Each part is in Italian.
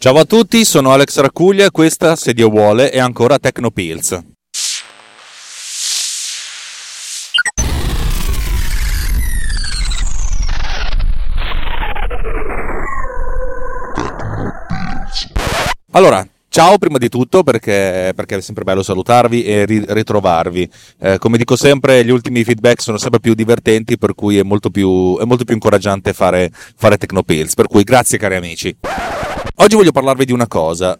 Ciao a tutti, sono Alex Raccuglia e questa, se Dio vuole, è ancora Tecnopills. Allora, ciao prima di tutto perché è sempre bello salutarvi e ritrovarvi. Come dico sempre, gli ultimi feedback sono sempre più divertenti, per cui è molto più incoraggiante fare Tecnopills, per cui grazie cari amici. Oggi voglio parlarvi di una cosa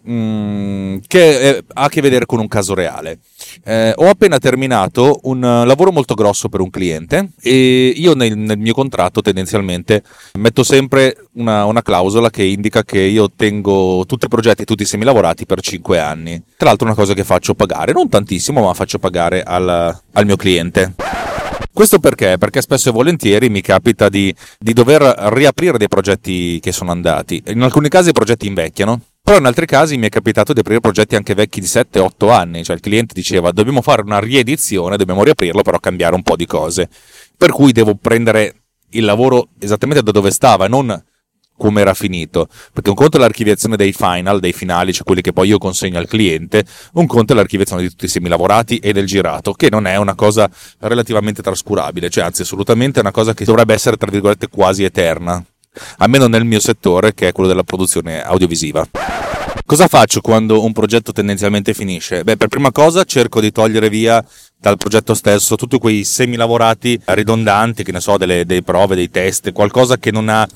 che ha a che vedere con un caso reale. Ho appena terminato un lavoro molto grosso per un cliente e io nel mio contratto tendenzialmente metto sempre una clausola che indica che io tengo tutti i progetti e tutti i semilavorati per 5 anni. Tra l'altro una cosa che faccio pagare, non tantissimo, ma faccio pagare al mio cliente. Questo perché? Perché spesso e volentieri mi capita di dover riaprire dei progetti che sono andati. In alcuni casi i progetti invecchiano, però in altri casi mi è capitato di aprire progetti anche vecchi di 7-8 anni. Cioè il cliente diceva dobbiamo fare una riedizione, dobbiamo riaprirlo, però cambiare un po' di cose. Per cui devo prendere il lavoro esattamente da dove stava e non come era finito, perché un conto è l'archiviazione dei finali, cioè quelli che poi io consegno al cliente, un conto è l'archiviazione di tutti i semilavorati e del girato, che non è una cosa relativamente trascurabile, cioè anzi assolutamente è una cosa che dovrebbe essere tra virgolette quasi eterna, almeno nel mio settore che è quello della produzione audiovisiva. Cosa faccio quando un progetto tendenzialmente finisce? Per prima cosa cerco di togliere via dal progetto stesso tutti quei semilavorati ridondanti, che ne so, delle prove, dei test, qualcosa che non ha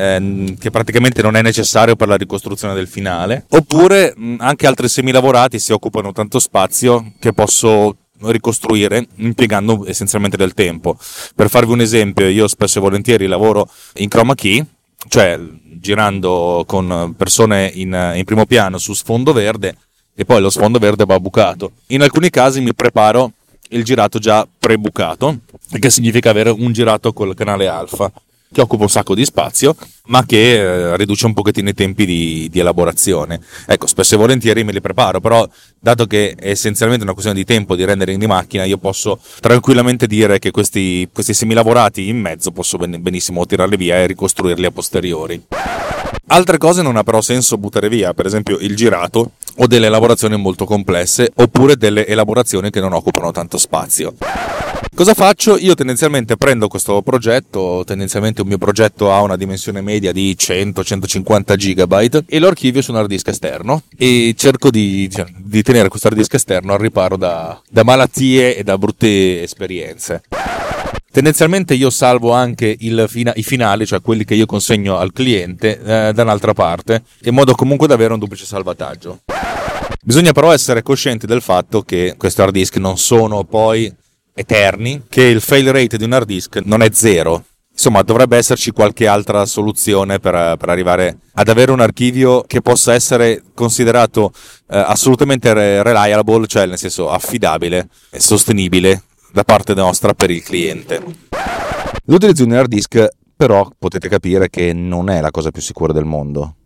che praticamente non è necessario per la ricostruzione del finale, oppure anche altri semilavorati si occupano tanto spazio che posso ricostruire impiegando essenzialmente del tempo. Per farvi un esempio, io spesso e volentieri lavoro in chroma key, cioè girando con persone in primo piano su sfondo verde e poi lo sfondo verde va bucato. In alcuni casi mi preparo il girato già prebucato, che significa avere un girato col canale alfa, che occupa un sacco di spazio, ma che riduce un pochettino i tempi di elaborazione. Ecco, spesso e volentieri me li preparo, però dato che è essenzialmente una questione di tempo, di rendering di macchina, io posso tranquillamente dire che questi semilavorati in mezzo posso benissimo tirarli via e ricostruirli a posteriori. Altre cose non ha però senso buttare via, per esempio il girato o delle elaborazioni molto complesse, oppure delle elaborazioni che non occupano tanto spazio. Cosa faccio? Io tendenzialmente prendo questo progetto, tendenzialmente un mio progetto ha una dimensione media di 100-150 GB e lo archivio su un hard disk esterno e cerco di tenere questo hard disk esterno al riparo da malattie e da brutte esperienze. Tendenzialmente io salvo anche i finali, cioè quelli che io consegno al cliente da un'altra parte, in modo comunque da avere un duplice salvataggio. Bisogna però essere coscienti del fatto che questi hard disk non sono poi eterni, che il fail rate di un hard disk non è 0. Insomma, dovrebbe esserci qualche altra soluzione per arrivare ad avere un archivio che possa essere considerato assolutamente reliable, cioè nel senso affidabile e sostenibile da parte nostra per il cliente. L'utilizzo di un hard disk però potete capire che non è la cosa più sicura del mondo.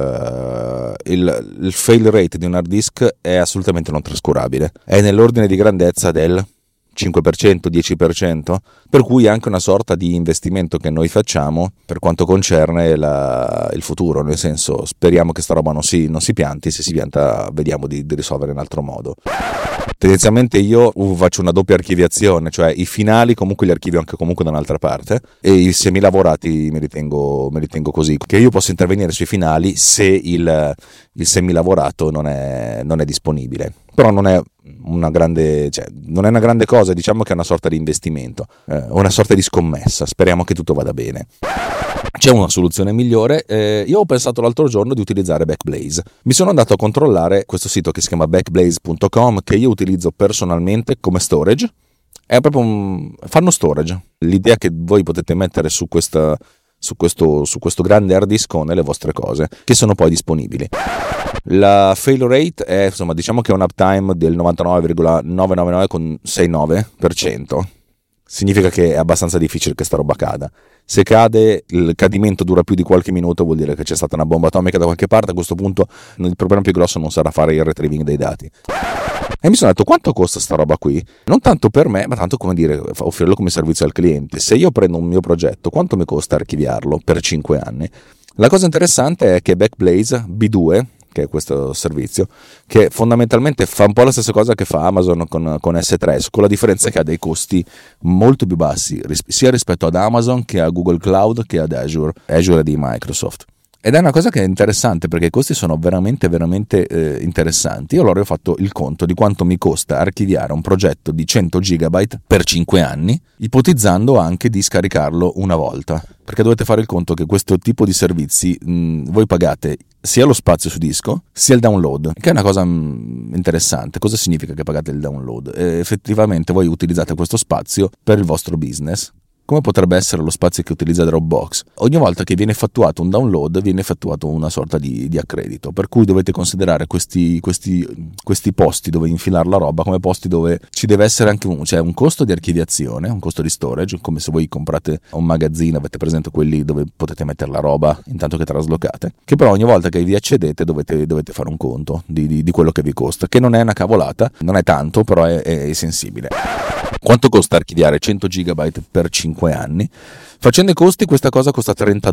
Il fail rate di un hard disk è assolutamente non trascurabile, è nell'ordine di grandezza del 5%, 10%, per cui è anche una sorta di investimento che noi facciamo per quanto concerne il futuro, nel senso speriamo che sta roba non si pianti, se si pianta vediamo di risolvere in altro modo. Tendenzialmente io faccio una doppia archiviazione, cioè i finali comunque li archivio anche comunque da un'altra parte e i semilavorati me li tengo così, che io posso intervenire sui finali se il semilavorato non è disponibile. Però non è una grande cosa, diciamo che è una sorta di investimento, una sorta di scommessa, speriamo che tutto vada bene. C'è una soluzione migliore, io ho pensato l'altro giorno di utilizzare Backblaze. Mi sono andato a controllare questo sito che si chiama backblaze.com, che io utilizzo personalmente come storage. È proprio fanno storage. L'idea che voi potete mettere su questo grande hard disk con le vostre cose, che sono poi disponibili. La fail rate è, insomma, diciamo che è un uptime del 99,999,69%. Significa che è abbastanza difficile che sta roba cada. Se cade, il cadimento dura più di qualche minuto, vuol dire che c'è stata una bomba atomica da qualche parte. A questo punto il problema più grosso non sarà fare il retrieving dei dati. E mi sono detto, quanto costa sta roba qui? Non tanto per me, ma tanto come dire, offrirlo come servizio al cliente. Se io prendo un mio progetto, quanto mi costa archiviarlo per 5 anni? La cosa interessante è che Backblaze B2, che è questo servizio, che fondamentalmente fa un po' la stessa cosa che fa Amazon con S3, con la differenza che ha dei costi molto più bassi, sia rispetto ad Amazon che a Google Cloud che ad Azure è di Microsoft. Ed è una cosa che è interessante perché i costi sono veramente interessanti. Io allora ho fatto il conto di quanto mi costa archiviare un progetto di 100 GB per 5 anni, ipotizzando anche di scaricarlo una volta, perché dovete fare il conto che questo tipo di servizi voi pagate sia lo spazio su disco sia il download, che è una cosa interessante. Cosa significa che pagate il download? Effettivamente voi utilizzate questo spazio per il vostro business, come potrebbe essere lo spazio che utilizza Dropbox. Ogni volta che viene effettuato un download viene effettuato una sorta di accredito, per cui dovete considerare questi posti dove infilare la roba come posti dove ci deve essere anche un costo di archiviazione, un costo di storage, come se voi comprate un magazzino, avete presente quelli dove potete mettere la roba intanto che traslocate, che però ogni volta che vi accedete dovete fare un conto di quello che vi costa, che non è una cavolata, non è tanto, però è sensibile. Quanto costa archiviare 100 GB per 5 anni? Facendo i costi, questa cosa costa $30,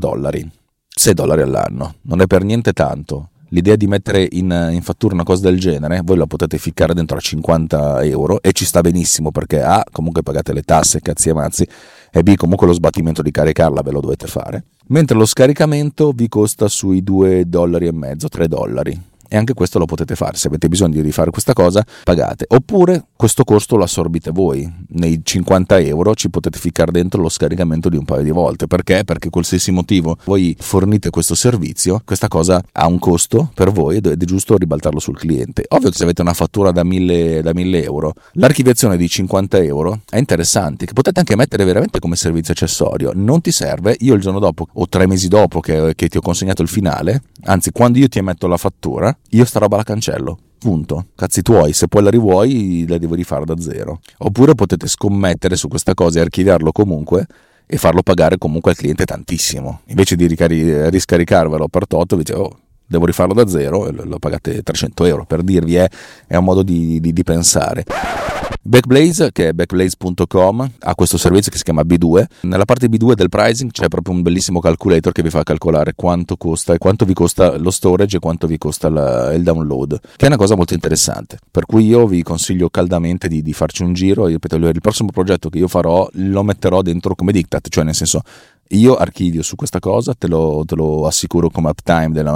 $6 all'anno. Non è per niente tanto. L'idea di mettere in fattura una cosa del genere, voi la potete ficcare dentro a €50 e ci sta benissimo, perché A, comunque pagate le tasse, cazzi e mazzi, e B, comunque lo sbattimento di caricarla ve lo dovete fare. Mentre lo scaricamento vi costa sui $2,50, $3. E anche questo lo potete fare, se avete bisogno di rifare questa cosa pagate, oppure questo costo lo assorbite voi, nei €50 ci potete ficcare dentro lo scaricamento di un paio di volte. Perché? Perché qualsiasi motivo voi fornite questo servizio, questa cosa ha un costo per voi ed è giusto ribaltarlo sul cliente. Ovvio che se avete una fattura da 1.000 euro, l'archiviazione di €50 è interessante, che potete anche mettere veramente come servizio accessorio. Non ti serve, io il giorno dopo o 3 mesi dopo che ti ho consegnato il finale, anzi quando io ti emetto la fattura, io sta roba la cancello, punto. Cazzi tuoi, se poi la rivuoi la devo rifare da zero. Oppure potete scommettere su questa cosa e archiviarlo comunque e farlo pagare comunque al cliente tantissimo, invece di riscaricarvelo per tot, devo rifarlo da zero e lo pagate €300, per dirvi, è un modo di pensare. Backblaze, che è backblaze.com, ha questo servizio che si chiama B2. Nella parte B2 del pricing c'è proprio un bellissimo calculator che vi fa calcolare quanto costa e quanto vi costa lo storage e quanto vi costa il download, che è una cosa molto interessante, per cui io vi consiglio caldamente di farci un giro. Io il prossimo progetto che io farò lo metterò dentro come diktat, cioè nel senso, io archivio su questa cosa, te lo assicuro come uptime del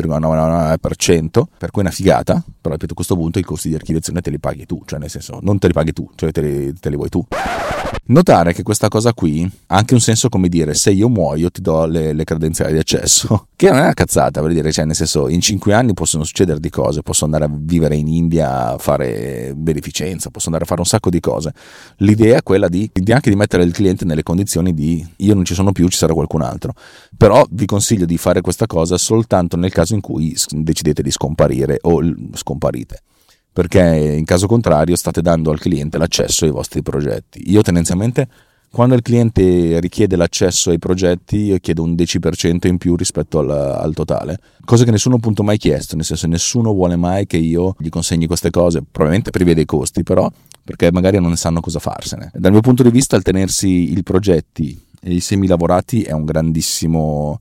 99,99%, per cui è una figata, però ripeto, a questo punto i costi di archiviazione te li paghi tu, cioè nel senso non te li paghi tu, cioè te li vuoi tu. Notare che questa cosa qui ha anche un senso, come dire, se io muoio ti do le credenziali di accesso, che non è una cazzata, per dire, cioè nel senso, in 5 anni possono succedere di cose, posso andare a vivere in India a fare beneficenza, posso andare a fare un sacco di cose. L'idea è quella anche di mettere il cliente nelle condizioni di io non ci sono più, ci sarà qualcun altro, però vi consiglio di fare questa cosa soltanto nel caso in cui decidete di scomparire o scomparite, perché in caso contrario state dando al cliente l'accesso ai vostri progetti. Io tendenzialmente, quando il cliente richiede l'accesso ai progetti, io chiedo un 10% in più rispetto al totale, cosa che nessuno appunto mai chiesto, nel senso, nessuno vuole mai che io gli consegni queste cose, probabilmente per via dei costi, però perché magari non ne sanno cosa farsene. Dal mio punto di vista, il tenersi i progetti e i semi lavorati è un grandissimo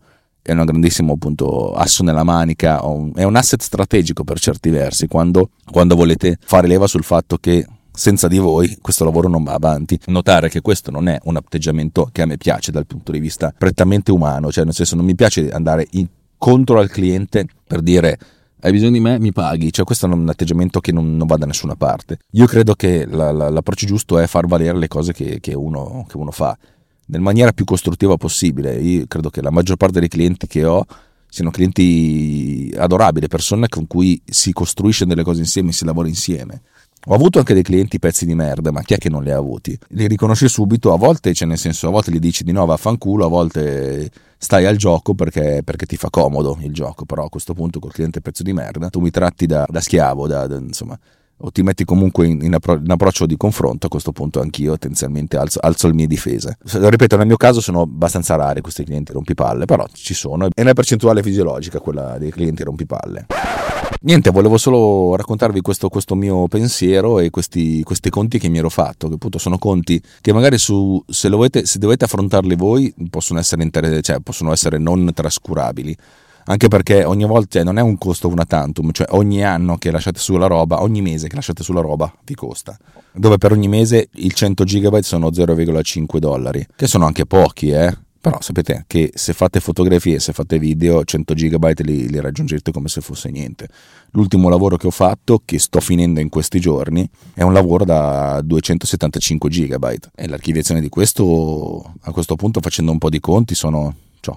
appunto asso nella manica, è un asset strategico per certi versi, quando volete fare leva sul fatto che senza di voi questo lavoro non va avanti. Notare che questo non è un atteggiamento che a me piace dal punto di vista prettamente umano, cioè nel senso, non mi piace andare incontro al cliente per dire hai bisogno di me, mi paghi, cioè questo è un atteggiamento che non va da nessuna parte. Io credo che l'approccio giusto è far valere le cose che uno fa nella maniera più costruttiva possibile. Io credo che la maggior parte dei clienti che ho siano clienti adorabili, persone con cui si costruisce delle cose insieme, si lavora insieme. Ho avuto anche dei clienti pezzi di merda, ma chi è che non li ha avuti? Li riconosci subito, a volte, cioè nel senso, a volte gli dici di no, vaffanculo, a volte stai al gioco perché ti fa comodo il gioco, però a questo punto col cliente pezzo di merda tu mi tratti da schiavo, insomma, o ti metti comunque in approccio di confronto. A questo punto anch'io tendenzialmente alzo le mie difese. Ripeto, nel mio caso sono abbastanza rari questi clienti rompipalle, però ci sono, è una percentuale fisiologica quella dei clienti rompipalle. Niente, volevo solo raccontarvi questo mio pensiero e questi conti che mi ero fatto, che appunto sono conti che magari se dovete affrontarli voi possono essere non trascurabili, anche perché ogni volta non è un costo una tantum, cioè ogni anno che lasciate sulla roba, ogni mese che lasciate sulla roba vi costa, dove per ogni mese il 100 GB sono $0,5, che sono anche pochi, però sapete che se fate fotografie, se fate video, 100 GB li raggiungete come se fosse niente. L'ultimo lavoro che ho fatto, che sto finendo in questi giorni, è un lavoro da 275 GB e l'archiviazione di questo, a questo punto, facendo un po' di conti, sono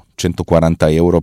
140 euro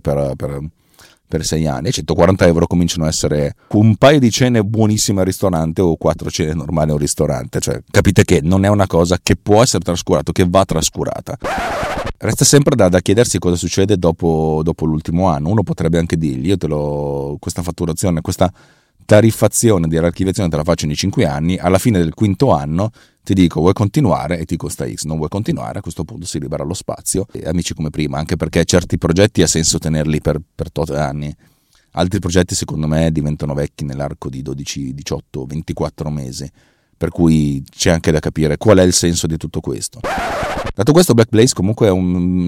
per 6 anni. E 140 euro cominciano a essere un paio di cene buonissime al ristorante o 4 cene normali a un ristorante. Cioè, capite che non è una cosa che può essere trascurata, che va trascurata. Resta sempre da chiedersi cosa succede dopo l'ultimo anno. Uno potrebbe anche dirgli: questa fatturazione, questa tariffazione di archiviazione te la faccio in 5 anni, alla fine del 5º anno ti dico vuoi continuare e ti costa X, non vuoi continuare, a questo punto si libera lo spazio e amici come prima, anche perché certi progetti ha senso tenerli per tot anni, altri progetti secondo me diventano vecchi nell'arco di 12, 18, 24 mesi, per cui c'è anche da capire qual è il senso di tutto questo. Dato questo, Backblaze comunque è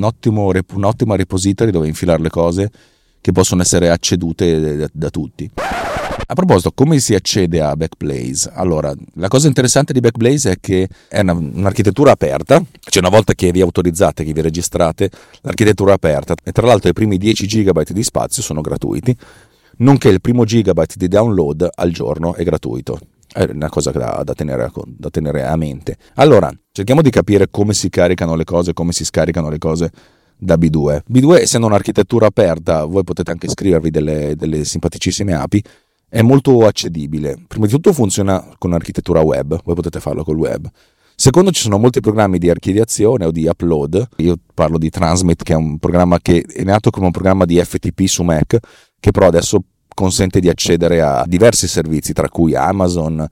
un'ottima repository dove infilare le cose che possono essere accedute da tutti. A proposito, come si accede a Backblaze? Allora, la cosa interessante di Backblaze è che è un'architettura aperta, cioè una volta che vi autorizzate, che vi registrate, l'architettura è aperta e tra l'altro i primi 10 GB di spazio sono gratuiti, nonché il primo gigabyte di download al giorno è gratuito. È una cosa da tenere a mente. Allora, cerchiamo di capire come si caricano le cose, come si scaricano le cose da B2. B2, essendo un'architettura aperta, voi potete anche scrivervi delle simpaticissime API, è molto accedibile. Prima di tutto funziona con architettura web, voi potete farlo col web. Secondo, ci sono molti programmi di archiviazione o di upload. Io parlo di Transmit, che è un programma che è nato come un programma di FTP su Mac, che però adesso consente di accedere a diversi servizi, tra cui Amazon,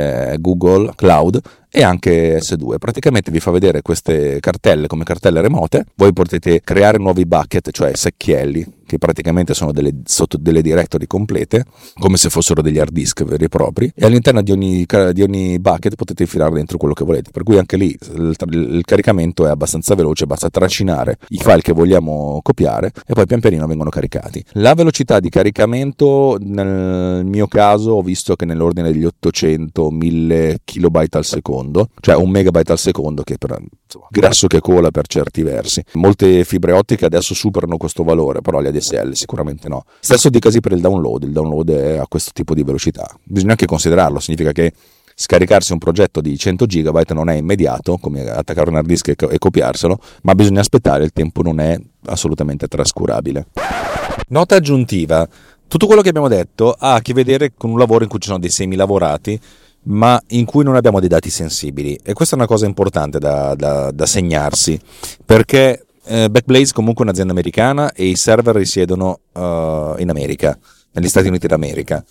Google Cloud e anche S2. Praticamente vi fa vedere queste cartelle come cartelle remote. Voi potete creare nuovi bucket, cioè secchielli, che praticamente sono sotto delle directory complete, come se fossero degli hard disk veri e propri, e all'interno di ogni bucket potete infilare dentro quello che volete, per cui anche lì il caricamento è abbastanza veloce, basta trascinare i file che vogliamo copiare e poi pian pianino vengono caricati. La velocità di caricamento, nel mio caso, ho visto che nell'ordine degli 800-1000 kilobyte al secondo, cioè 1 megabyte al secondo, che grasso che cola per certi versi. Molte fibre ottiche adesso superano questo valore, però le ADSL sicuramente no. Stesso dicasi per il download è a questo tipo di velocità. Bisogna anche considerarlo, significa che scaricarsi un progetto di 100 GB non è immediato, come attaccare un hard disk e copiarselo, ma bisogna aspettare, il tempo non è assolutamente trascurabile. Nota aggiuntiva: tutto quello che abbiamo detto ha a che vedere con un lavoro in cui ci sono dei semi lavorati, ma in cui non abbiamo dei dati sensibili, e questa è una cosa importante da segnarsi, perché Backblaze comunque è un'azienda americana e i server risiedono in America, negli Stati Uniti d'America.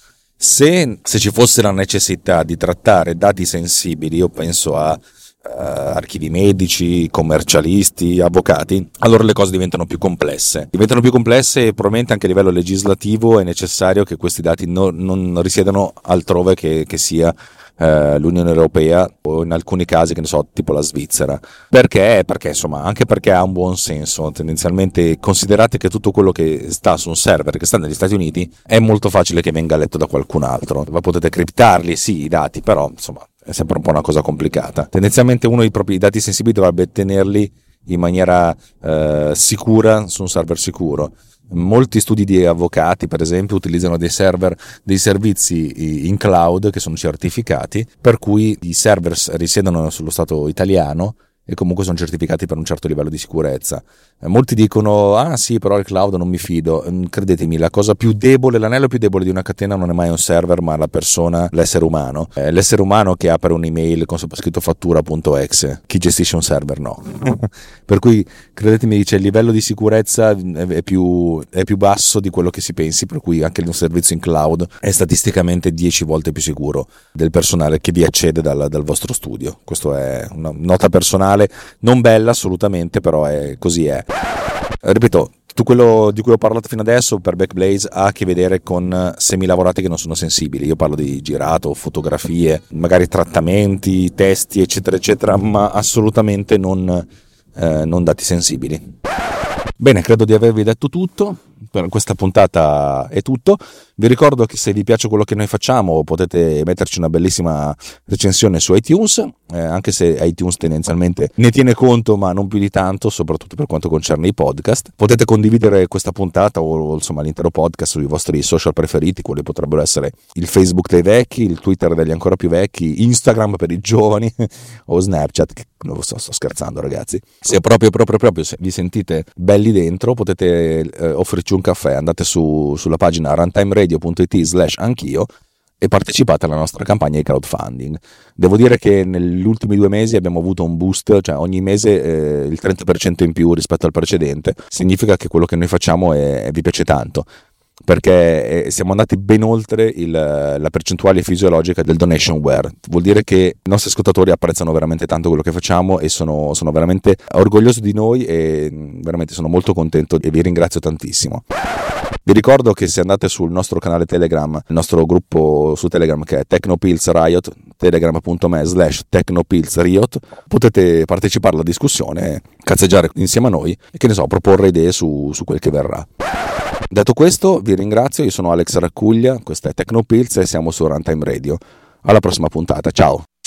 Se ci fosse la necessità di trattare dati sensibili, io penso a archivi medici, commercialisti, avvocati, allora le cose diventano più complesse e probabilmente anche a livello legislativo è necessario che questi dati non risiedano altrove che sia l'Unione Europea, o in alcuni casi, che ne so, tipo la Svizzera. Perché insomma, anche perché ha un buon senso. Tendenzialmente considerate che tutto quello che sta su un server che sta negli Stati Uniti è molto facile che venga letto da qualcun altro. Ma potete criptarli, sì, i dati, però insomma è sempre un po' una cosa complicata. Tendenzialmente uno dei propri dati sensibili dovrebbe tenerli in maniera sicura su un server sicuro. Molti studi di avvocati, per esempio, utilizzano dei servizi in cloud che sono certificati, per cui i server risiedono sullo Stato italiano e comunque sono certificati per un certo livello di sicurezza. Molti dicono: ah sì, però il cloud non mi fido. Credetemi, l'anello più debole di una catena non è mai un server, ma la persona, l'essere umano. L'essere umano che apre un'email con sottoscritto fattura.exe. Chi gestisce un server no. Per cui credetemi, il livello di sicurezza è più basso di quello che si pensi, per cui anche un servizio in cloud è statisticamente 10 volte più sicuro del personale che vi accede dal vostro studio. Questo è una nota personale, non bella assolutamente, però così è. Ripeto, tutto quello di cui ho parlato fino adesso per Backblaze ha a che vedere con semilavorati che non sono sensibili. Io parlo di girato, fotografie, magari trattamenti, testi, eccetera, eccetera, ma assolutamente non dati sensibili. Bene, credo di avervi detto tutto. Per questa puntata è tutto. Vi ricordo che se vi piace quello che noi facciamo potete metterci una bellissima recensione su iTunes, anche se iTunes tendenzialmente ne tiene conto ma non più di tanto, soprattutto per quanto concerne i podcast. Potete condividere questa puntata o insomma l'intero podcast sui vostri social preferiti, quelli potrebbero essere il Facebook dei vecchi, il Twitter degli ancora più vecchi, Instagram per i giovani o Snapchat, che non lo so, sto scherzando ragazzi. Se proprio vi sentite belli dentro potete offrirci un caffè, andate sulla pagina runtimeradio.it/anch'io e partecipate alla nostra campagna di crowdfunding. Devo dire che negli ultimi 2 mesi abbiamo avuto un boost, cioè ogni mese il 30% in più rispetto al precedente. Significa che quello che noi facciamo vi piace tanto, perché siamo andati ben oltre la percentuale fisiologica del donationware. Vuol dire che i nostri ascoltatori apprezzano veramente tanto quello che facciamo e sono veramente orgogliosi di noi e veramente sono molto contento e vi ringrazio tantissimo. Vi ricordo che se andate sul nostro canale Telegram, il nostro gruppo su Telegram che è Technopills Riot, telegram.me/Technopills Riot, potete partecipare alla discussione, cazzeggiare insieme a noi e che ne so, proporre idee su quel che verrà. Detto questo, vi ringrazio, io sono Alex Raccuglia, questa è Technopills e siamo su Runtime Radio. Alla prossima puntata, ciao!